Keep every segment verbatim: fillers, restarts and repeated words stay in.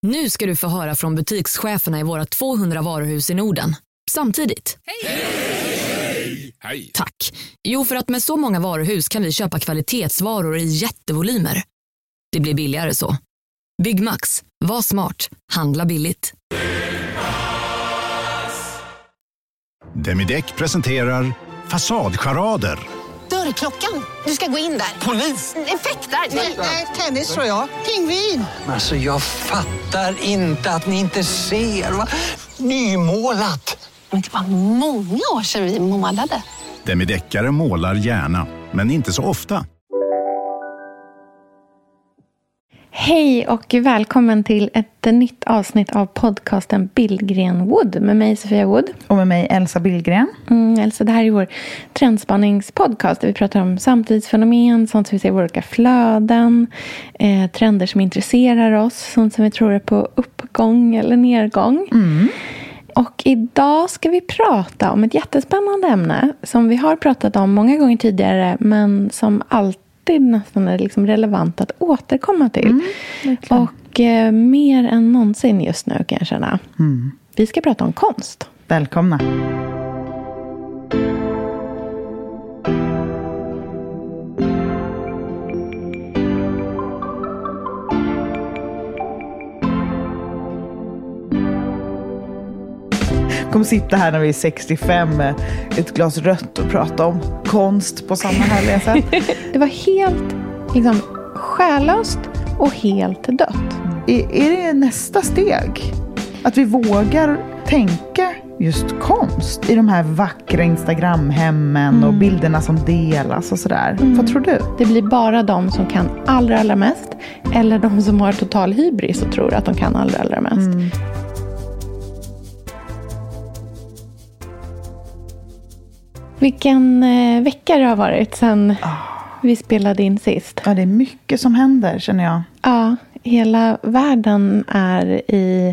Nu ska du få höra från butikscheferna i våra tvåhundra varuhus i Norden. Samtidigt. Hej! Hej! Hej! Tack. Jo, för att med så många varuhus kan vi köpa kvalitetsvaror i jättevolymer. Det blir billigare så. Byggmax. Var smart. Handla billigt. Demideck presenterar Fasadcharader. Dörrklockan. Du ska gå in där. Polis? Effektar? Nej, tennis tror jag. Pingvin. Alltså jag fattar inte att ni inte ser. Va? Nymålat. Men det var många år sedan vi målade. Demideckare målar gärna, men inte så ofta. Hej och välkommen till ett nytt avsnitt av podcasten Billgren Wood med mig Sofia Wood. Och med mig Elsa Billgren. Mm, Elsa, det här är vår trendspaningspodcast där vi pratar om samtidsfenomen, sånt som vi ser i olika flöden, eh, trender som intresserar oss, sånt som vi tror är på uppgång eller nedgång. Mm. Och idag ska vi prata om ett jättespännande ämne som vi har pratat om många gånger tidigare men som alltid nästan är liksom relevant att återkomma till. Mm, och eh, mer än någonsin just nu kan jag känna. Mm. Vi ska prata om konst. Välkomna. Kommer sitta här när vi är sextiofem med ett glas rött och prata om konst på samma härliga sätt. Det var helt liksom själlöst och helt dött. Är, är det nästa steg? Att vi vågar tänka just konst i de här vackra Instagramhemmen mm. och bilderna som delas och sådär. Mm. Vad tror du? Det blir bara de som kan allra, allra mest eller de som har total hybris och tror att de kan allra, allra mest. Mm. Vilken eh, vecka det har varit sedan oh. vi spelade in sist. Ja, det är mycket som händer känner jag. Ja, hela världen är i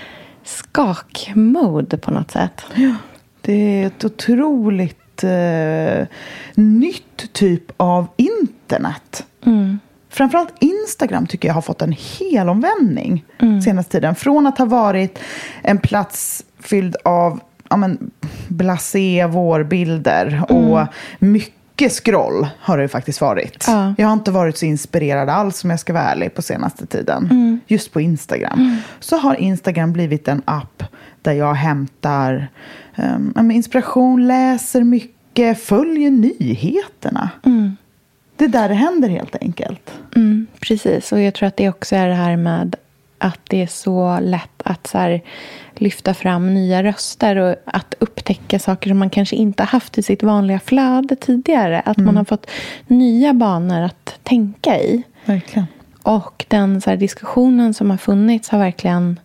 skakmode på något sätt. Ja, det är ett otroligt eh, nytt typ av internet. Mm. Framförallt Instagram tycker jag har fått en helomvändning mm. senaste tiden. Från att ha varit en plats fylld av ja, men, blasé vårbilder mm. och mycket scroll har det faktiskt varit. Ja. Jag har inte varit så inspirerad alls som jag ska vara ärlig på senaste tiden. Mm. Just på Instagram. Mm. Så har Instagram blivit en app där jag hämtar um, inspiration, läser mycket, följer nyheterna. Mm. Det är där det händer helt enkelt. Mm, precis, och jag tror att det också är det här med att det är så lätt att så här, lyfta fram nya röster och att upptäcka saker som man kanske inte har haft i sitt vanliga flöde tidigare. Att mm. man har fått nya banor att tänka i. Verkligen. Och den så här, diskussionen som har funnits har verkligen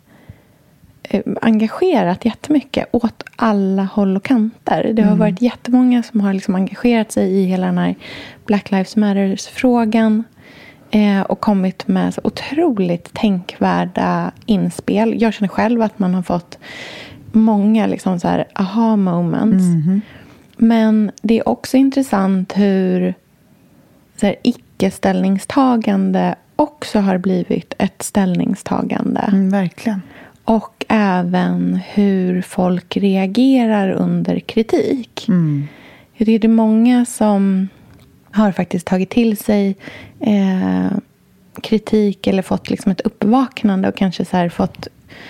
eh, engagerat jättemycket åt alla håll och kanter. Det har mm. varit jättemånga som har liksom engagerat sig i hela den här Black Lives Matters-frågan. Eh, och kommit med så otroligt tänkvärda inspel. Jag känner själv att man har fått många liksom så här aha moments. Mm-hmm. Men det är också intressant hur så här, icke-ställningstagande också har blivit ett ställningstagande. Mm, verkligen. Och även hur folk reagerar under kritik. Mm. Det är det många som har faktiskt tagit till sig eh, kritik eller fått liksom ett uppvaknande och kanske så här fått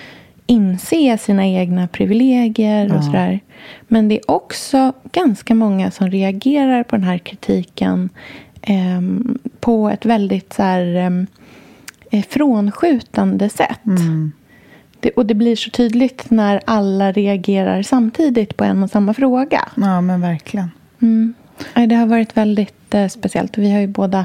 inse sina egna privilegier ja. och sådär. Men det är också ganska många som reagerar på den här kritiken eh, på ett väldigt så här, eh, frånskjutande sätt. Mm. Det, och det blir så tydligt när alla reagerar samtidigt på en och samma fråga. Ja, men verkligen. Mm. Det har varit väldigt eh, speciellt. Vi har ju båda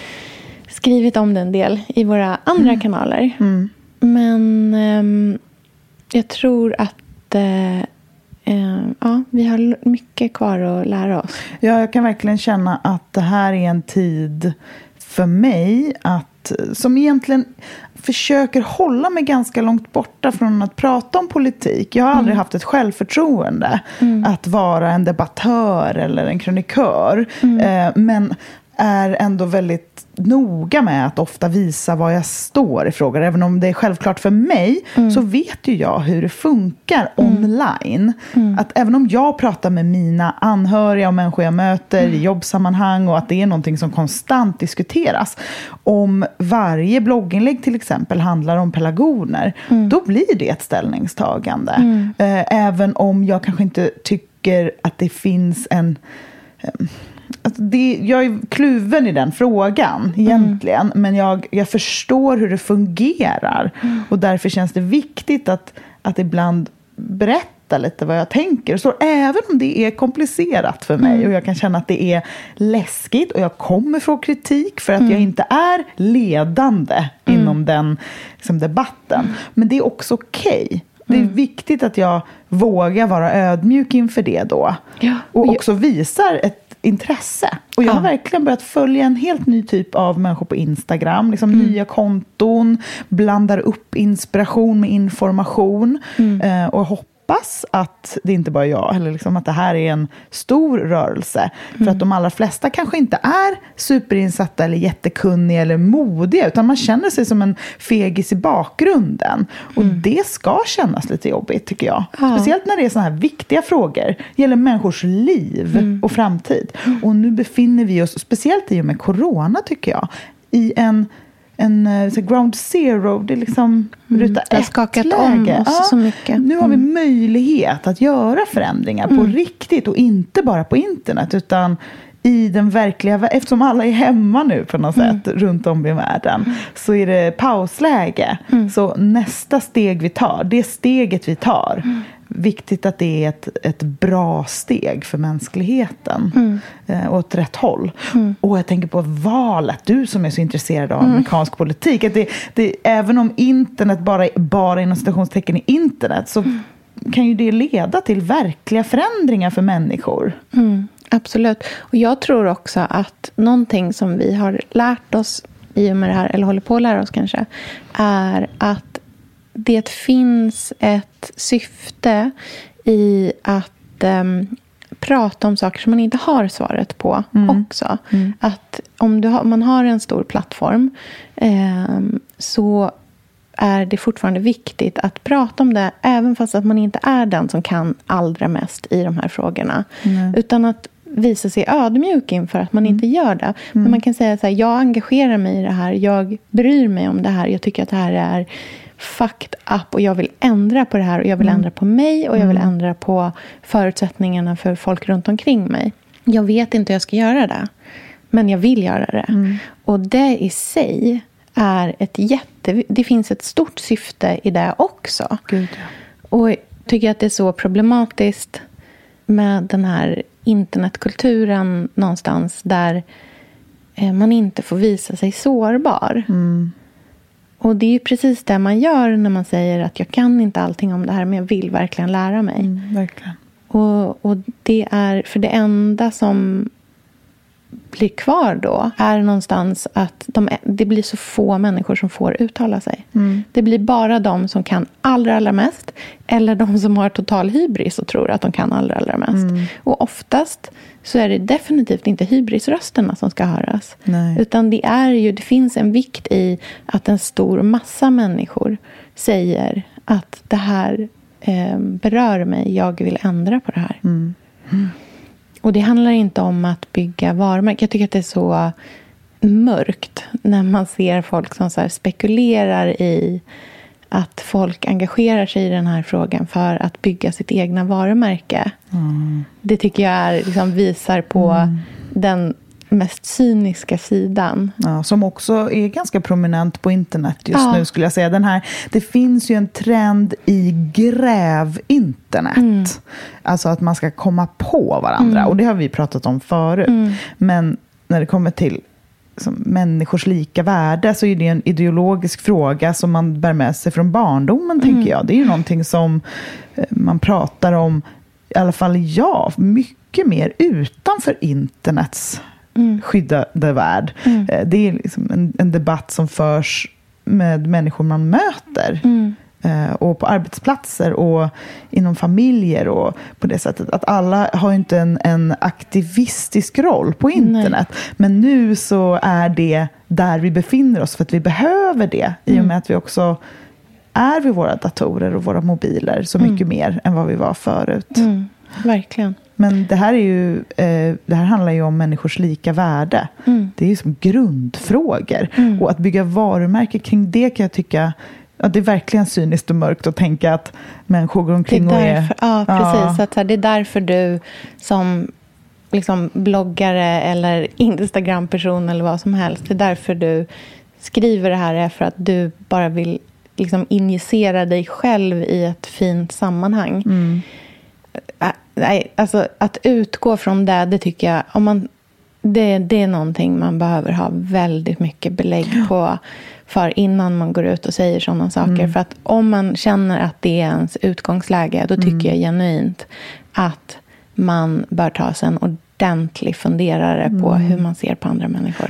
skrivit om det en del i våra andra mm. kanaler. Mm. Men eh, jag tror att eh, eh, ja, vi har mycket kvar att lära oss. Ja, jag kan verkligen känna att det här är en tid för mig att, som egentligen försöker hålla mig ganska långt borta från att prata om politik. Jag har aldrig mm. haft ett självförtroende mm. att vara en debattör eller en krönikör. Mm. Eh, men är ändå väldigt noga med att ofta visa vad jag står i frågor. Även om det är självklart för mig mm. så vet ju jag hur det funkar mm. online. Mm. Att även om jag pratar med mina anhöriga och människor jag möter mm. i jobbsammanhang och att det är någonting som konstant diskuteras. Om varje blogginlägg till exempel handlar om pelargoner mm. då blir det ett ställningstagande. Mm. Även om jag kanske inte tycker att det finns en... Alltså det, jag är kluven i den frågan egentligen. Mm. Men jag, jag förstår hur det fungerar. Mm. Och därför känns det viktigt att, att ibland berätta lite vad jag tänker. Så även om det är komplicerat för mig. Mm. Och jag kan känna att det är läskigt. Och jag kommer få kritik för att mm. jag inte är ledande mm. inom den liksom, debatten. Mm. Men det är också okej. Okay. Det är mm. viktigt att jag vågar vara ödmjuk inför det då. Ja. Och också visar ett intresse. Och jag ja. har verkligen börjat följa en helt ny typ av människor på Instagram. Liksom mm. nya konton, blandar upp inspiration med information. Mm. Eh, och hoppas att det inte bara är jag, eller liksom att det här är en stor rörelse. Mm. För att de allra flesta kanske inte är superinsatta eller jättekunniga eller modiga, utan man känner sig som en fegis i bakgrunden. Och mm. det ska kännas lite jobbigt tycker jag. Ja. Speciellt när det är såna här viktiga frågor. Det gäller människors liv mm. och framtid. Mm. Och nu befinner vi oss, speciellt i och med corona tycker jag, i en en så ground zero, det är liksom ruta mm, det har skakat ett om oss ja, så mycket. Nu har vi mm. möjlighet att göra förändringar mm. på riktigt och inte bara på internet utan i den verkliga, eftersom alla är hemma nu på något mm. sätt runt om i världen mm. så är det pausläge. Mm. Så nästa steg vi tar, det steget vi tar mm. viktigt att det är ett, ett bra steg för mänskligheten mm. eh, åt rätt håll. Mm. Och jag tänker på valet, du som är så intresserad av mm. amerikansk politik, att det, det, även om internet bara, bara inom citationstecken i internet så mm. kan ju det leda till verkliga förändringar för människor. Mm. Absolut. Och jag tror också att någonting som vi har lärt oss i och med det här, eller håller på att lära oss kanske, är att det finns ett syfte i att um, prata om saker som man inte har svaret på mm. också. Mm. Att om du har, man har en stor plattform um, så är det fortfarande viktigt att prata om det även fast att man inte är den som kan allra mest i de här frågorna. Mm. Utan att visa sig ödmjuk inför att man mm. inte gör det. Mm. Men man kan säga så här, jag engagerar mig i det här, jag bryr mig om det här, jag tycker att det här är fucked up och jag vill ändra på det här och jag vill mm. ändra på mig och jag vill ändra på förutsättningarna för folk runt omkring mig. Jag vet inte hur jag ska göra det, men jag vill göra det. Mm. Och det i sig är ett jätte... Det finns ett stort syfte i det också. Gud, ja. Och jag tycker att det är så problematiskt med den här internetkulturen någonstans där man inte får visa sig sårbar. Mm. Och det är ju precis det man gör när man säger att jag kan inte allting om det här men jag vill verkligen lära mig. Mm, verkligen. Och, och det är för det enda som blir kvar då är någonstans att de, det blir så få människor som får uttala sig. Mm. Det blir bara de som kan allra, allra mest eller de som har total hybris och tror att de kan allra, allra mest. Mm. Och oftast så är det definitivt inte hybrisrösterna som ska höras. Nej. Utan det är ju, det finns en vikt i att en stor massa människor säger att det här eh, berör mig, jag vill ändra på det här. Mm. Mm. Och det handlar inte om att bygga varumärken. Jag tycker att det är så mörkt när man ser folk som så här spekulerar i att folk engagerar sig i den här frågan för att bygga sitt egna varumärke. Mm. Det tycker jag är, liksom, visar på mm. den mest cyniska sidan. Ja, som också är ganska prominent på internet just ja. nu skulle jag säga. Den här, det finns ju en trend i gräv-internet. Mm. Alltså att man ska komma på varandra. Mm. Och det har vi pratat om förut. Mm. Men när det kommer till som människors lika värde så är det en ideologisk fråga som man bär med sig från barndomen, mm. tänker jag. Det är ju någonting som man pratar om, i alla fall jag, mycket mer utanför internets Mm. skyddade värld. Mm. Det är liksom en, en debatt som förs med människor man möter. Mm. och på arbetsplatser och inom familjer och på det sättet. Att alla har inte en, en aktivistisk roll på internet. Nej. Men nu så är det där vi befinner oss för att vi behöver det. I och med att vi också är vid våra datorer och våra mobiler så mycket mm. mer än vad vi var förut. Mm. Verkligen. Men det här är ju eh, det här handlar ju om människors lika värde. Mm. Det är ju som grundfrågor. Mm. Och att bygga varumärke kring det kan jag tycka ja, det är verkligen cyniskt och mörkt att tänka att människor går omkring det är och är... Därför, ja, precis. Ja. Att, här, det är därför du som liksom, bloggare eller Instagram-person eller vad som helst, det är därför du skriver det här är för att du bara vill liksom, injicera dig själv i ett fint sammanhang. Mm. Nej, alltså att utgå från det, det tycker jag om man, det, det är någonting man behöver ha väldigt mycket belägg på för innan man går ut och säger sådana saker. Mm. För att om man känner att det är ens utgångsläge, då tycker mm. jag genuint att man bör ta sig en ordentlig funderare mm. på hur man ser på andra människor.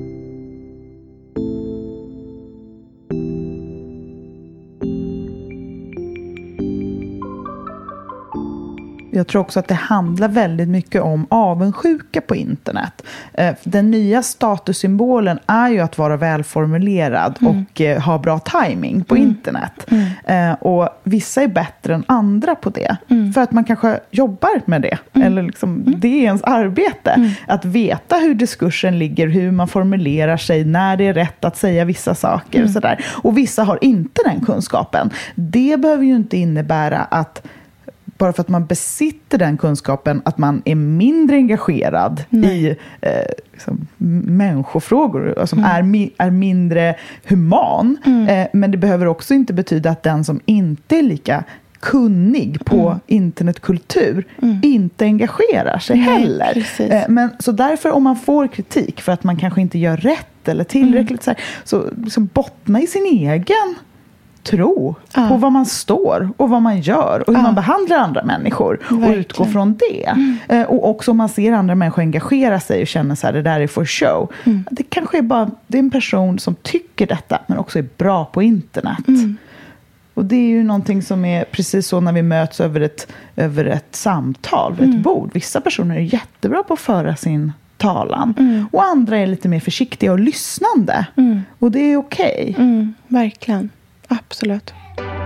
Jag tror också att det handlar väldigt mycket om avundsjuka på internet. Den nya statussymbolen är ju att vara välformulerad mm. och ha bra timing på mm. internet. Mm. Och vissa är bättre än andra på det. Mm. För att man kanske jobbar med det. Mm. Eller liksom, mm. det är ens arbete. Mm. Att veta hur diskursen ligger, hur man formulerar sig, när det är rätt att säga vissa saker. Mm. Och, sådär. Och vissa har inte den kunskapen. Det behöver ju inte innebära att bara för att man besitter den kunskapen att man är mindre engagerad Nej. i eh, liksom, människofrågor och som mm. är, mi- är mindre human. Mm. Eh, men det behöver också inte betyda att den som inte är lika kunnig på mm. internetkultur mm. inte engagerar sig Nej, heller. Eh, men så därför om man får kritik för att man kanske inte gör rätt eller tillräckligt mm. så, här, så liksom bottna i sin egen tro ja. på vad man står och vad man gör och hur ja. man behandlar andra människor Verkligen. och utgå från det. Mm. Eh, och också om man ser andra människor engagera sig och känner så här, det där är for show. Mm. Det kanske är bara det är en person som tycker detta men också är bra på internet. Mm. Och det är ju någonting som är precis så när vi möts över ett, över ett samtal, vid ett mm. bord. Vissa personer är jättebra på att föra sin talan. Mm. Och andra är lite mer försiktiga och lyssnande. Mm. Och det är okej. Okay. Mm. Verkligen. Absolut.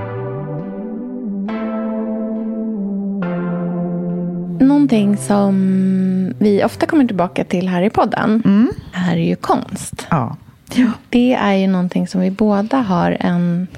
Någonting som vi ofta kommer tillbaka till här i podden mm. är ju konst. Ja. Det är ju någonting som vi båda har en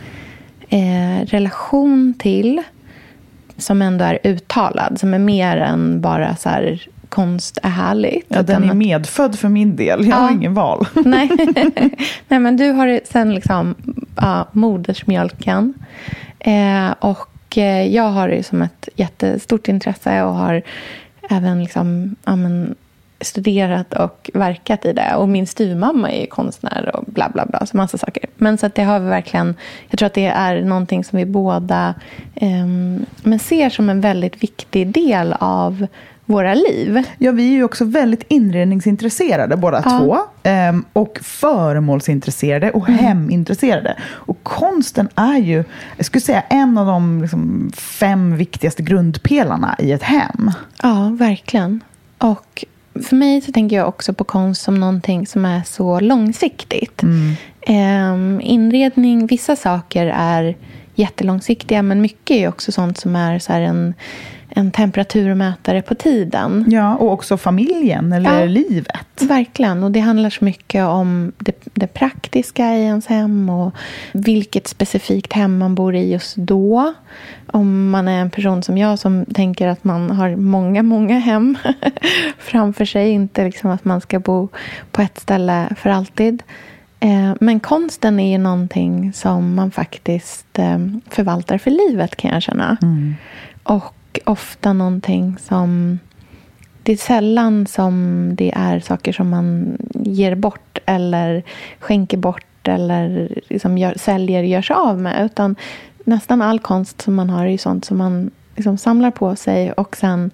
eh, relation till som ändå är uttalad. Som är mer än bara så här konst är härligt. Ja, den är medfödd för min del. Jag ja. har ingen val. Nej. Nej, men du har sen liksom ja, modersmjölken. Eh, och eh, jag har det som ett jättestort intresse och har även liksom, ja, men, studerat och verkat i det. Och min styvmamma är konstnär och bla bla bla. Så massa saker. Men så att det har vi verkligen, jag tror att det är någonting som vi båda eh, men ser som en väldigt viktig del av våra liv. Ja, vi är ju också väldigt inredningsintresserade båda ja. två. Um, och föremålsintresserade och mm. hemintresserade. Och konsten är ju, jag skulle säga, en av de liksom, fem viktigaste grundpelarna i ett hem. Ja, verkligen. Och för mig så tänker jag också på konst som någonting som är så långsiktigt. Mm. Um, inredning, vissa saker är jättelångsiktiga, men mycket är också sånt som är så här en en temperaturmätare på tiden. Ja, och också familjen eller ja, livet. Verkligen, och det handlar så mycket om det, det praktiska i ens hem och vilket specifikt hem man bor i just då. Om man är en person som jag som tänker att man har många, många hem framför sig. Inte liksom att man ska bo på ett ställe för alltid. Men konsten är ju någonting som man faktiskt förvaltar för livet, kan jag känna. Mm. Och ofta någonting som det är sällan som det är saker som man ger bort eller skänker bort eller liksom gör, säljer, gör sig av med, utan nästan all konst som man har är ju sånt som man liksom samlar på sig och sen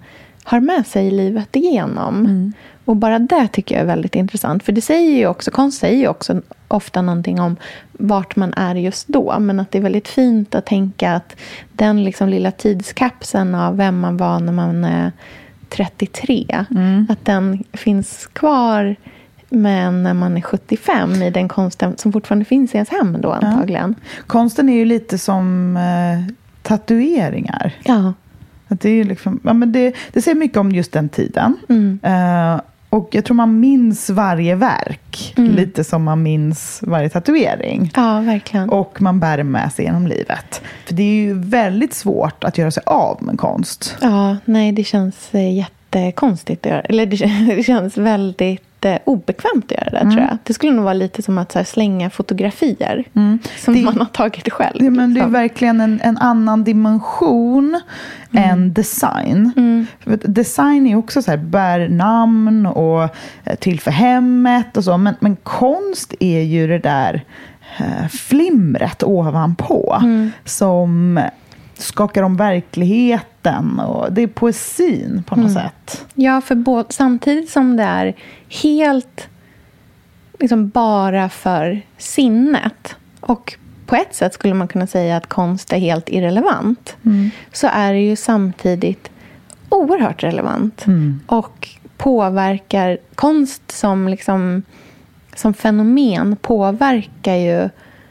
har med sig livet igenom. Mm. Och bara det tycker jag är väldigt intressant. För det säger ju också, konst säger ju också ofta någonting om vart man är just då. Men att det är väldigt fint att tänka att den liksom lilla tidskapseln av vem man var när man är trettiotre. Mm. Att den finns kvar men när man är sjuttiofem i den konsten som fortfarande finns i ens hem då antagligen. Ja. Konsten är ju lite som eh, tatueringar. Ja. Att det, är liksom, ja, men det, det säger mycket om just den tiden. Mm. Uh, och jag tror man minns varje verk. Mm. Lite som man minns varje tatuering. Ja, verkligen. Och man bär med sig genom livet. För det är ju väldigt svårt att göra sig av med konst. Ja, nej det känns jättekonstigt att göra. Eller det, det känns väldigt obekvämt att göra det, mm. tror jag. Det skulle nog vara lite som att så här, slänga fotografier mm. som det, man har tagit själv. Ja, men det är verkligen en, en annan dimension mm. än design. Mm. För design är också så här, bär namn och till för hemmet och så. Men, men konst är ju det där eh, flimret ovanpå mm. som skakar om verkligheten och det är poesin på något mm. sätt. Ja, för både, samtidigt som det är helt liksom bara för sinnet och på ett sätt skulle man kunna säga att konst är helt irrelevant mm. så är det ju samtidigt oerhört relevant mm. och påverkar konst som liksom som fenomen påverkar ju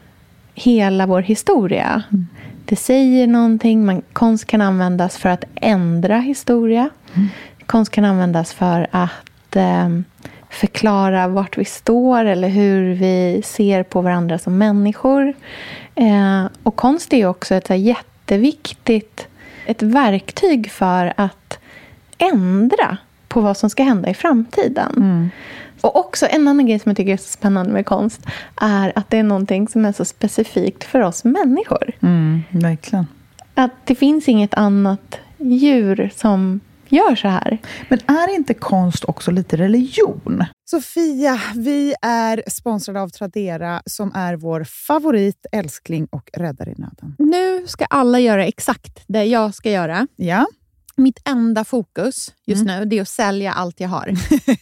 hela vår historia. Mm. Det säger någonting. Man, konst kan användas för att ändra historia. Mm. Konst kan användas för att eh, förklara vart vi står eller hur vi ser på varandra som människor. Eh, och konst är ju också ett så här, jätteviktigt ett verktyg för att ändra på vad som ska hända i framtiden. Mm. Och också en annan grej som jag tycker är så spännande med konst är att det är någonting som är så specifikt för oss människor. Mm, verkligen. Att det finns inget annat djur som gör så här. Men är inte konst också lite religion? Sofia, vi är sponsrade av Tradera som är vår favorit, älskling och räddare i nöden. Nu ska alla göra exakt det jag ska göra. Ja. Mitt enda fokus just mm. nu det är att sälja allt jag har.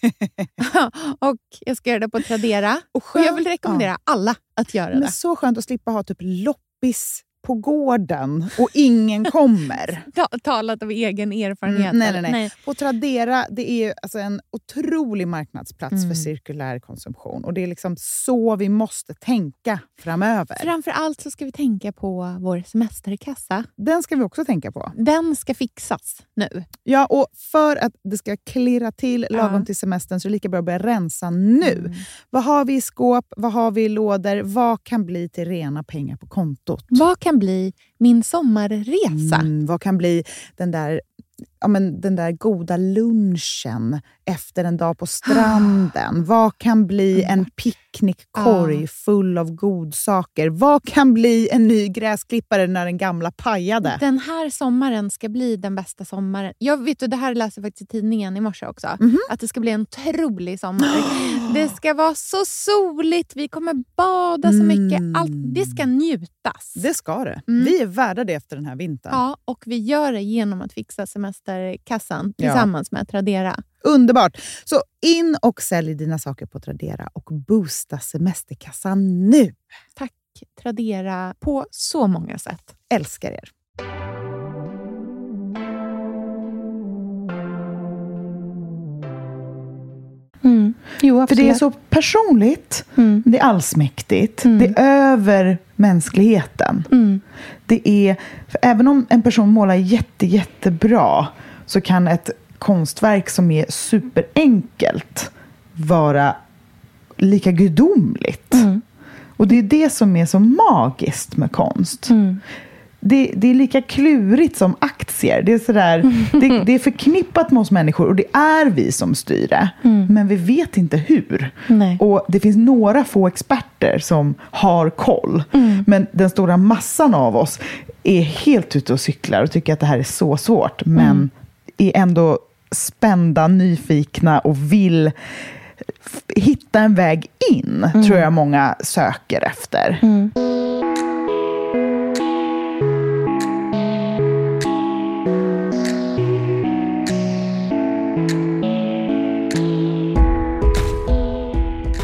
Och jag ska göra det på Tradera. Och, skönt, och jag vill rekommendera ja. alla att göra Men det. Så skönt att slippa ha typ loppis på gården och ingen kommer. Talat av egen erfarenhet. Mm, nej, nej, nej, nej. På Tradera, det är alltså en otrolig marknadsplats mm. för cirkulär konsumtion. Och det är liksom så vi måste tänka framöver. Framförallt så ska vi tänka på vår semesterkassa. Den ska vi också tänka på. Den ska fixas nu. Ja, och för att det ska klirra till lagom ja. till semestern så är det lika bra att börja rensa nu. Mm. Vad har vi i skåp? Vad har vi i lådor? Vad kan bli till rena pengar på kontot? Vad kan bli min sommarresa? Mm, vad kan bli den där, ja, men den där goda lunchen efter en dag på stranden? Ah. Vad kan bli en picknickkorg ah. full av godsaker? Vad kan bli en ny gräsklippare när den gamla pajade? Den här sommaren ska bli den bästa sommaren. Jag vet, och det här läser jag faktiskt i tidningen i morse också. Mm-hmm. Att det ska bli en otrolig sommar. Oh. Det ska vara så soligt. Vi kommer bada så mycket. Mm. Allt, det ska njutas. Det ska det. Mm. Vi är värda det efter den här vintern. Ja, och vi gör det genom att fixa semesterkassan tillsammans ja. med Tradera. Underbart! Så in och sälj dina saker på Tradera och boosta semesterkassan nu. Tack Tradera på så många sätt. Älskar er. Mm. Jo, för det är så personligt, mm. det är allsmäktigt, mm. det är över mänskligheten. Mm. Det är, för även om en person målar jätte, jättebra så kan ett konstverk som är superenkelt vara lika gudomligt. Mm. Och det är det som är så magiskt med konst. Mm. Det, det är lika klurigt som aktier. Det är, sådär, det, det är förknippat med oss människor och det är vi som styr det. Mm. Men vi vet inte hur. Nej. Och det finns några få experter som har koll. Mm. Men den stora massan av oss är helt ute och cyklar och tycker att det här är så svårt. Men mm. är ändå spända, nyfikna och vill hitta en väg in, mm. tror jag många söker efter. Mm.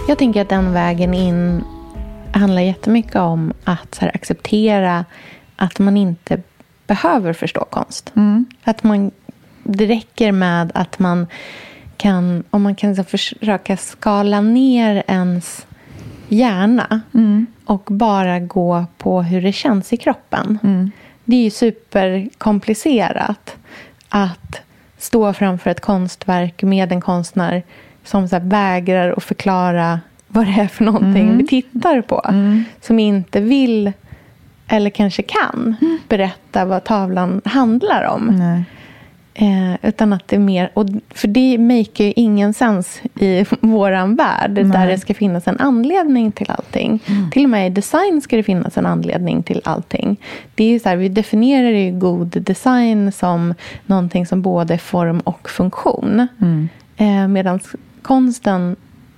Jag tänker att den vägen in handlar jättemycket om att så här, acceptera att man inte behöver förstå konst. Mm. Att man, det räcker med att man kan, om man kan så försöka skala ner ens hjärna mm. och bara gå på hur det känns i kroppen. Mm. Det är ju superkomplicerat att stå framför ett konstverk med en konstnär som så här vägrar att förklara vad det är för någonting mm. vi tittar på. Mm. Som inte vill eller kanske kan mm. berätta vad tavlan handlar om. Nej. Eh, utan att det är mer, och för det make ju ingen sens i våran värld. Nej. Där det ska finnas en anledning till allting. Mm. Till och med i design ska det finnas en anledning till allting. Det är ju så här, vi definierar ju god design som någonting som både är form och funktion. Mm. Eh, medan konsten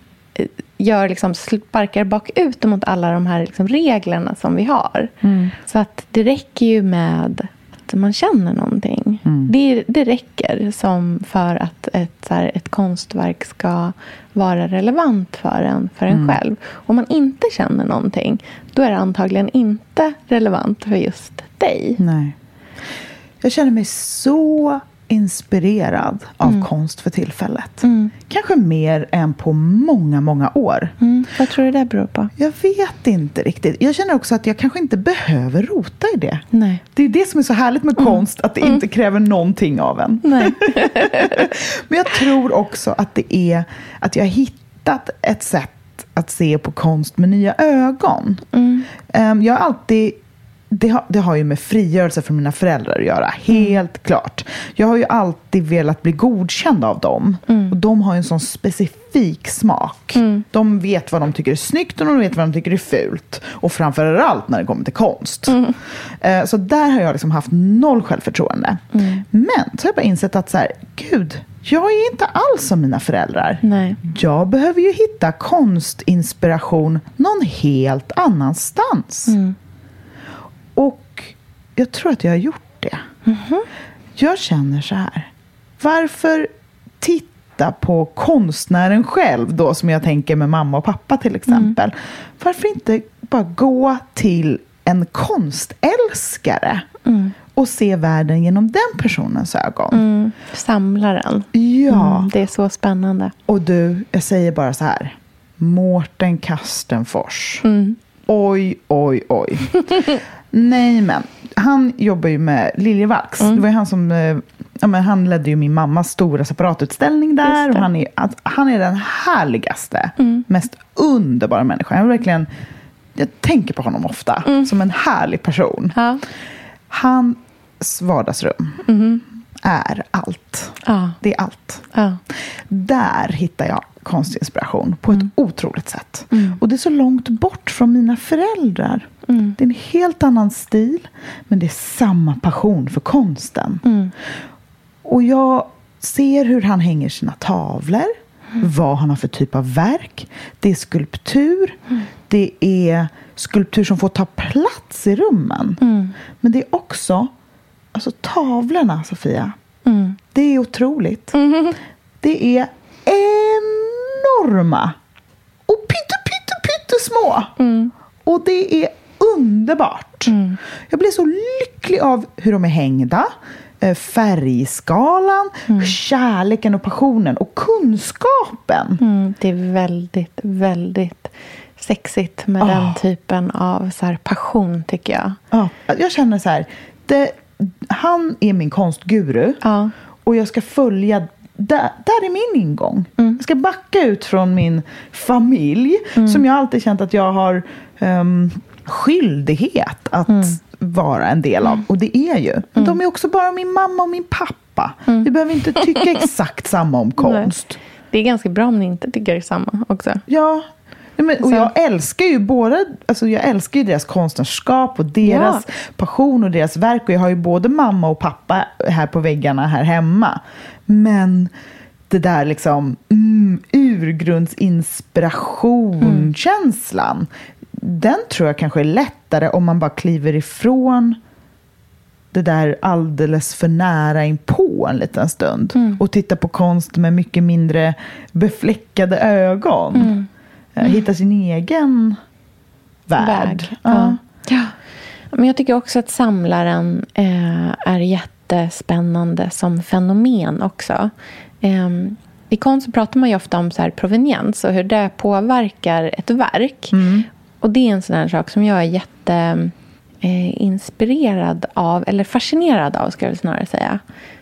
gör liksom, sparkar bakut mot alla de här liksom reglerna som vi har. Mm. Så att det räcker ju med att man känner någonting. Mm. Det, det räcker som för att ett, så här, ett konstverk ska vara relevant för en, för en mm. själv. Om man inte känner någonting, då är det antagligen inte relevant för just dig. Nej. Jag känner mig så inspirerad av mm. konst för tillfället. Mm. Kanske mer än på många, många år. Mm. Vad tror du det beror på? Jag vet inte riktigt. Jag känner också att jag kanske inte behöver rota i det. Nej. Det är det som är så härligt med mm. konst, att det mm. inte kräver någonting av en. Nej. Men jag tror också att det är att jag har hittat ett sätt att se på konst med nya ögon. Mm. Um, jag har alltid Det har, det har ju med frigörelse från mina föräldrar att göra. Helt mm. klart. Jag har ju alltid velat bli godkänd av dem. Mm. Och de har ju en sån specifik smak. Mm. De vet vad de tycker är snyggt och de vet vad de tycker är fult. Och framförallt när det kommer till konst. Mm. Uh, så där har jag liksom haft noll självförtroende. Mm. Men så har jag bara insett att så här, gud, jag är inte alls som mina föräldrar. Nej. Jag behöver ju hitta konstinspiration någon helt annanstans. Mm. Och jag tror att jag har gjort det. Mm-hmm. Jag känner så här. Varför titta på konstnären själv då, som jag tänker med mamma och pappa till exempel. Mm. Varför inte bara gå till en konstälskare mm. och se världen genom den personens ögon. Mm. Samla den. Ja. Mm, det är så spännande. Och du, jag säger bara så här. Mårten Kastenfors. Mm. Oj, oj, oj. Nej, men han jobbar ju med Liljevalchs. Mm. Det var ju han som, ja, men han ledde ju min mammas stora separatutställning där. Och han är, han är den härligaste, mm. mest underbara människan. Jag verkligen, jag tänker på honom ofta mm. som en härlig person. Ja. Hans vardagsrum mm. är allt. Ja. Det är allt. Ja. Där hittar jag konstinspiration på mm. ett otroligt sätt. Mm. Och det är så långt bort från mina föräldrar. Mm. Det är en helt annan stil, men det är samma passion för konsten. Mm. Och jag ser hur han hänger sina tavlor, mm. vad han har för typ av verk. Det är skulptur. Mm. Det är skulptur som får ta plats i rummen. Mm. Men det är också alltså tavlorna, Sofia. Mm. Det är otroligt. Mm. Det är enorma och pytte, pytte, pytte små. Mm. Och det är underbart. Mm. Jag blir så lycklig av hur de är hängda. Färgskalan, mm. kärleken och passionen och kunskapen. Mm. Det är väldigt, väldigt sexigt med oh. den typen av så här passion, tycker jag. Ja, jag känner så här. Det, han är min konstguru. Ja. Och jag ska följa. Där, där är min ingång. Mm. Jag ska backa ut från min familj. Mm. Som jag alltid känt att jag har um, skyldighet att mm. vara en del av. Och det är ju. Men mm. de är också bara min mamma och min pappa. Mm. Vi behöver inte tycka exakt samma om konst. Nej. Det är ganska bra om ni inte tycker samma också. Ja. Men, och jag älskar ju både, alltså jag älskar ju deras konstnärskap och deras ja. passion och deras verk. Och jag har ju både mamma och pappa här på väggarna här hemma. Men det där liksom mm, urgrundsinspirationkänslan, mm. den tror jag kanske är lättare om man bara kliver ifrån det där alldeles för nära in på en liten stund. Mm. Och tittar på konst med mycket mindre befläckade ögon. Mm. mm. hitta sin egen värld. Väg. Ja. Ja. Men jag tycker också att samlaren eh, är jättespännande som fenomen också. Eh, I konst pratar man ju ofta om så här proveniens och hur det påverkar ett verk. Mm. Och det är en sån här sak som jag är jätte eh, inspirerad av, eller fascinerad av ska jag snarare säga.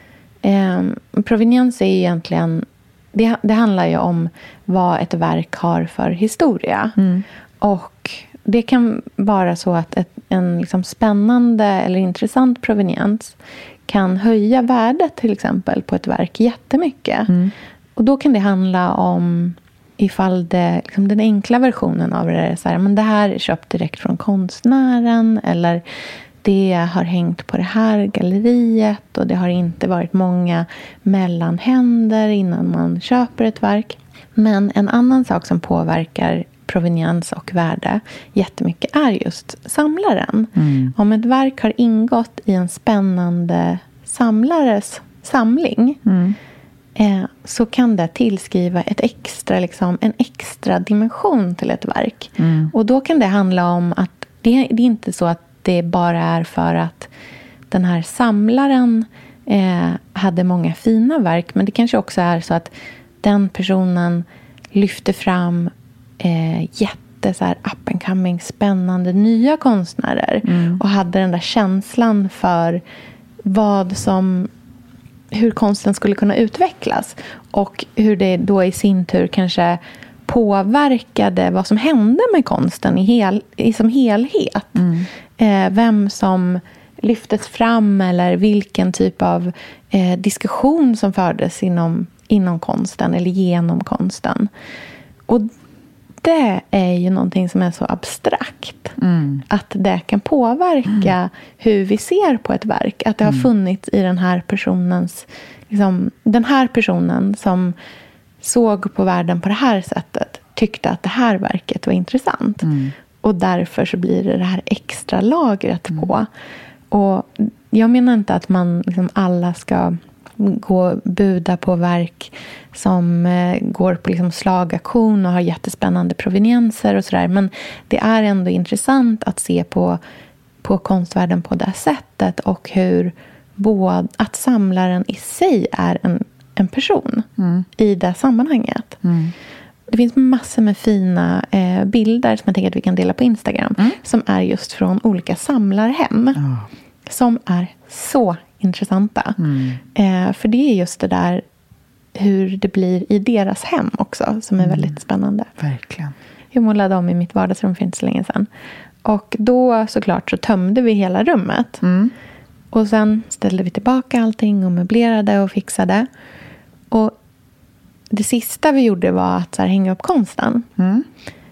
Eh, proveniens är ju egentligen, det, det handlar ju om vad ett verk har för historia. Mm. Och det kan vara så att ett, en liksom spännande eller intressant proveniens kan höja värdet till exempel på ett verk jättemycket. Mm. Och då kan det handla om ifall det, liksom den enkla versionen av det är så här, men det här är köpt direkt från konstnären eller det har hängt på det här galleriet och det har inte varit många mellanhänder innan man köper ett verk. Men en annan sak som påverkar proveniens och värde jättemycket är just samlaren. Mm. Om ett verk har ingått i en spännande samlares samling mm. eh, så kan det tillskriva ett extra, liksom, en extra dimension till ett verk. Mm. Och då kan det handla om att det, det är inte så att det bara är för att den här samlaren eh, hade många fina verk, men det kanske också är så att den personen lyfter fram Eh, jätte så här up and coming spännande nya konstnärer mm. och hade den där känslan för vad som hur konsten skulle kunna utvecklas och hur det då i sin tur kanske påverkade vad som hände med konsten i, hel, i som helhet. Mm. Eh, vem som lyftes fram eller vilken typ av eh, diskussion som fördes inom, inom konsten eller genom konsten. Och det är ju någonting som är så abstrakt. Mm. Att det kan påverka mm. hur vi ser på ett verk. Att det har funnits i den här personens... Liksom, den här personen som såg på världen på det här sättet tyckte att det här verket var intressant. Mm. Och därför så blir det det här extra lagret mm. på. Och jag menar inte att man liksom alla ska gå buda på verk som eh, går på liksom slagaktion och har jättespännande provenienser och sådär. Men det är ändå intressant att se på, på konstvärlden på det sättet och hur både, att samlaren i sig är en, en person mm. i det sammanhanget. Mm. Det finns massor med fina eh, bilder som jag tänker att vi kan dela på Instagram mm. som är just från olika samlarhem oh. som är så intressanta. Mm. Eh, för det är just det där hur det blir i deras hem också som är mm. väldigt spännande. Verkligen. Jag målade om i mitt vardagsrum för inte så länge sedan. Och då såklart så tömde vi hela rummet. Mm. Och sen ställde vi tillbaka allting och möblerade och fixade. Och det sista vi gjorde var att så här, hänga upp konsten. Mm.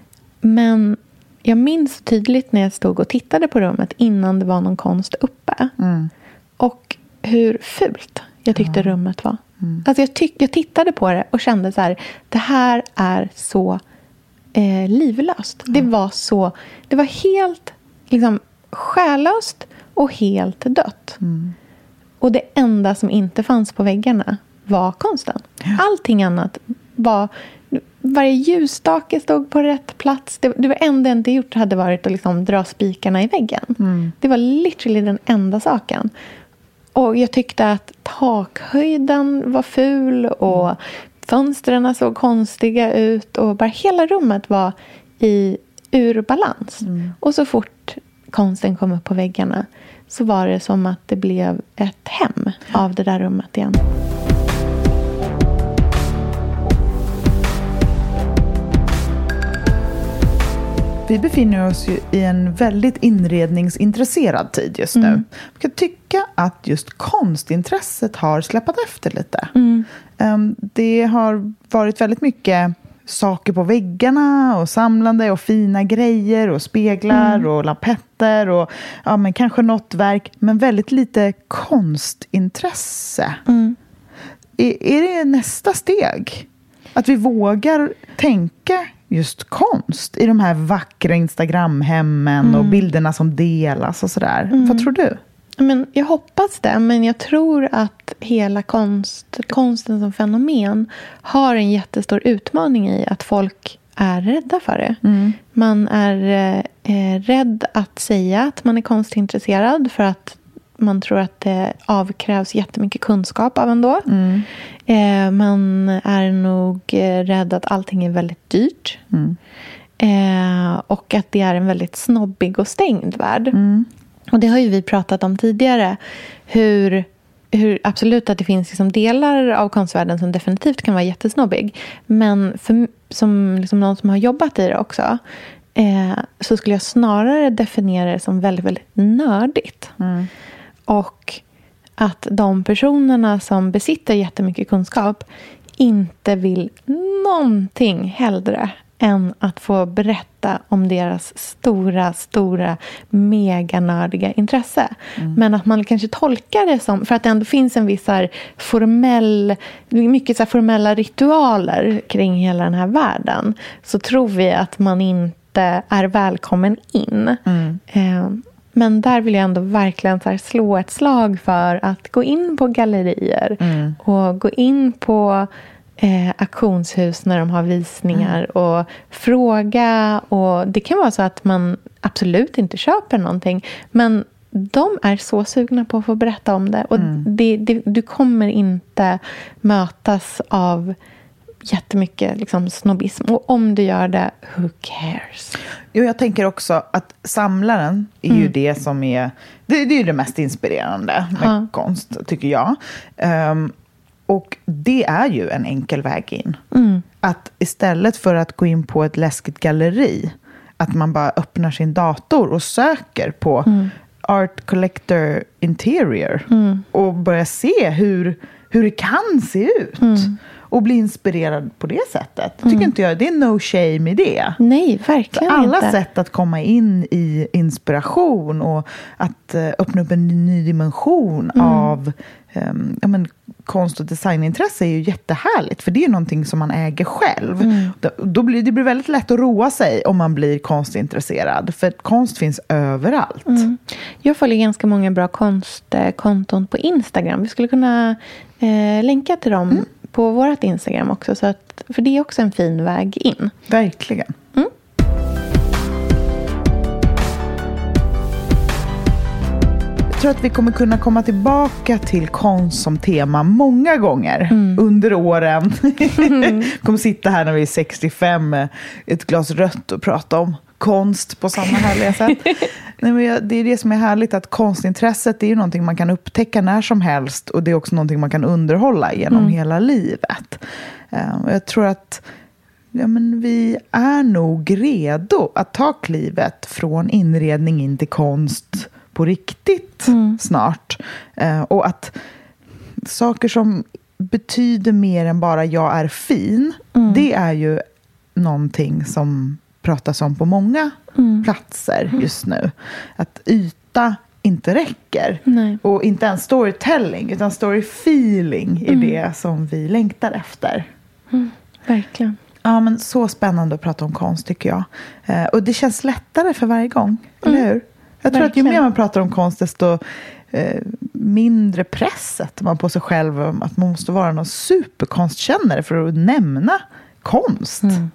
Men jag minns tydligt när jag stod och tittade på rummet innan det var någon konst uppe. Mm. Och hur fult jag tyckte ja. rummet var. Mm. Alltså jag, tyck, jag tittade på det och kände så här, det här är så eh, livlöst. Ja. Det var så, det var helt liksom själlöst och helt dött. Mm. Och det enda som inte fanns på väggarna var konsten. Ja. Allting annat var, varje ljusstake stod på rätt plats. Det, det var enda inte gjort hade varit att liksom dra spikarna i väggen. Mm. Det var literally den enda saken. Och jag tyckte att takhöjden var ful och mm. fönstren såg konstiga ut och bara hela rummet var i ur balans. Mm. Och så fort konsten kom upp på väggarna så var det som att det blev ett hem av det där rummet igen. Vi befinner oss ju i en väldigt inredningsintresserad tid just nu. Mm. Jag kan tycka att just konstintresset har släppat efter lite. Mm. Um, det har varit väldigt mycket saker på väggarna och samlande och fina grejer och speglar mm. och lampetter och ja, men kanske något verk, men väldigt lite konstintresse. Mm. Är, är det nästa steg? Att vi vågar tänka just konst i de här vackra Instagramhemmen mm. och bilderna som delas och sådär. Mm. Vad tror du? Men jag hoppas det, men jag tror att hela konst, konsten som fenomen har en jättestor utmaning i att folk är rädda för det. Mm. Man är eh, rädd att säga att man är konstintresserad för att man tror att det avkrävs jättemycket kunskap av en då. Mm. Eh, man är nog eh, rädd att allting är väldigt dyrt. Mm. Eh, och att det är en väldigt snobbig och stängd värld. Mm. Och det har ju vi pratat om tidigare. Hur, hur absolut att det finns liksom delar av konstvärlden som definitivt kan vara jättesnobbig. Men för, som liksom någon som har jobbat i det också. Eh, så skulle jag snarare definiera det som väldigt, väldigt nördigt. Mm. Och att de personerna som besitter jättemycket kunskap inte vill någonting hellre än att få berätta om deras stora, stora, meganördiga intresse. Mm. Men att man kanske tolkar det som, för att det ändå finns en viss här formell, mycket så här formella ritualer kring hela den här världen, så tror vi att man inte är välkommen in. Mm. Eh, Men där vill jag ändå verkligen så här slå ett slag för att gå in på gallerier. Mm. Och gå in på eh, auktionshus när de har visningar. Mm. Och fråga. Och det kan vara så att man absolut inte köper någonting. Men de är så sugna på att få berätta om det. Och mm. det, det, du kommer inte mötas av jättemycket liksom snobbism. Och om du gör det, who cares? Jo, jag tänker också att samlaren är mm. ju det som är det, det är ju det mest inspirerande med ha. konst, tycker jag. Um, och det är ju en enkel väg in. Mm. Att istället för att gå in på ett läskigt galleri, att man bara öppnar sin dator och söker på mm. Art Collector Interior mm. och börjar se hur, hur det kan se ut. Mm. Och bli inspirerad på det sättet. Mm. Tycker inte jag, det är no shame i det. Nej, verkligen alla inte. Sätt att komma in i inspiration och att uh, öppna upp en ny dimension mm. av um, ja, men, konst och designintresse är ju jättehärligt. För det är någonting som man äger själv. Mm. Då, då blir, det blir väldigt lätt att roa sig om man blir konstintresserad. För konst finns överallt. Mm. Jag följer ganska många bra konstkonton på Instagram. Vi skulle kunna eh, länka till dem mm. på vårt Instagram också. Så att, för det är också en fin väg in. Verkligen. Mm. Jag tror att vi kommer kunna komma tillbaka till konst som tema många gånger mm. under åren. Mm. kommer sitta här när vi är sextiofem med ett glas rött och prata om konst på samma härliga sätt. Nej, men jag, det är det som är härligt, att konstintresset är ju någonting man kan upptäcka när som helst, och det är också någonting man kan underhålla genom mm. hela livet. Uh, och jag tror att ja, men vi är nog redo att ta klivet från inredning in till konst på riktigt mm. snart. Uh, och att saker som betyder mer än bara jag är fin, mm. det är ju någonting som pratas om på många mm. platser just nu. Att yta inte räcker. Nej. Och inte ens storytelling, utan storyfeeling är mm. det som vi längtar efter. Mm. Verkligen. Ja, men så spännande att prata om konst, tycker jag. Eh, och det känns lättare för varje gång, mm. eller hur? Jag tror Verkligen. Att ju mer man pratar om konst, desto eh, mindre presset man på sig själv, att man måste vara någon superkonstkännare för att nämna konst. Mm.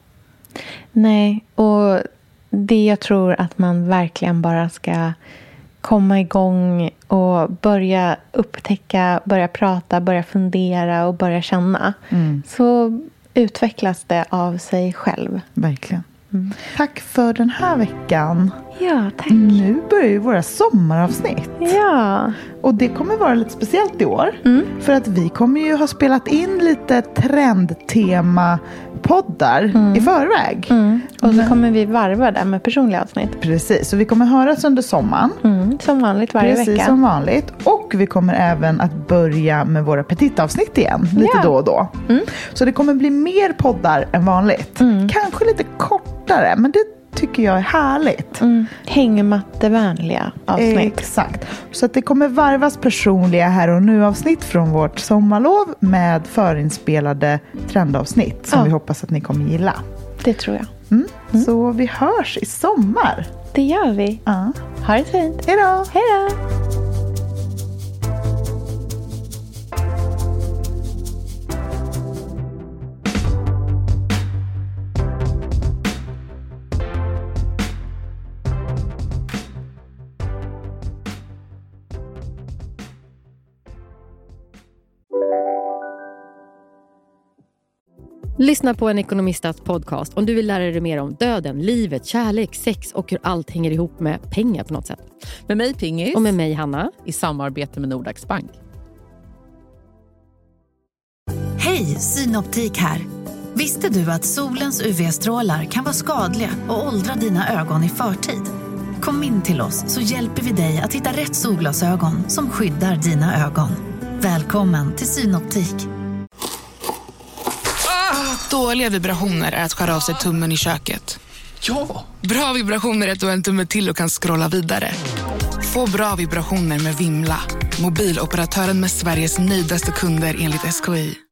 Nej, och det jag tror att man verkligen bara ska komma igång och börja upptäcka, börja prata, börja fundera och börja känna. Mm. Så utvecklas det av sig själv. Verkligen. Mm. Tack för den här veckan. Ja, tack. Nu börjar ju våra sommaravsnitt. Ja. Och det kommer vara lite speciellt i år. Mm. För att vi kommer ju ha spelat in lite trendtema poddar mm. i förväg. Mm. Och så kommer vi varva det med personliga avsnitt. Precis, så vi kommer höras under sommaren. Mm. Som vanligt varje Precis, vecka. Precis, som vanligt. Och vi kommer även att börja med våra petitavsnitt igen. Lite ja. då och då. Mm. Så det kommer bli mer poddar än vanligt. Mm. Kanske lite kortare, men det tycker jag är härligt. Mm. Hängmattevänliga avsnitt. Exakt. Så att det kommer varvas personliga här och nu avsnitt från vårt sommarlov med förinspelade trendavsnitt som ja. vi hoppas att ni kommer gilla. Det tror jag. Mm. Mm. Så vi hörs i sommar. Det gör vi. Ja. Ha det fint. Hej då. Hej då. Lyssna på en ekonomistats podcast om du vill lära dig mer om döden, livet, kärlek, sex och hur allt hänger ihop med pengar på något sätt. Med mig Pingis. Och med mig Hanna. I samarbete med Nordax Bank. Hej, Synoptik här. Visste du att solens U V-strålar kan vara skadliga och åldra dina ögon i förtid? Kom in till oss så hjälper vi dig att hitta rätt solglasögon som skyddar dina ögon. Välkommen till Synoptik. Dåliga vibrationer är att skära av sig tummen i köket. Ja! Bra vibrationer är att du har en tumme till och kan scrolla vidare. Få bra vibrationer med Vimla. Mobiloperatören med Sveriges nöjdaste kunder enligt S K I.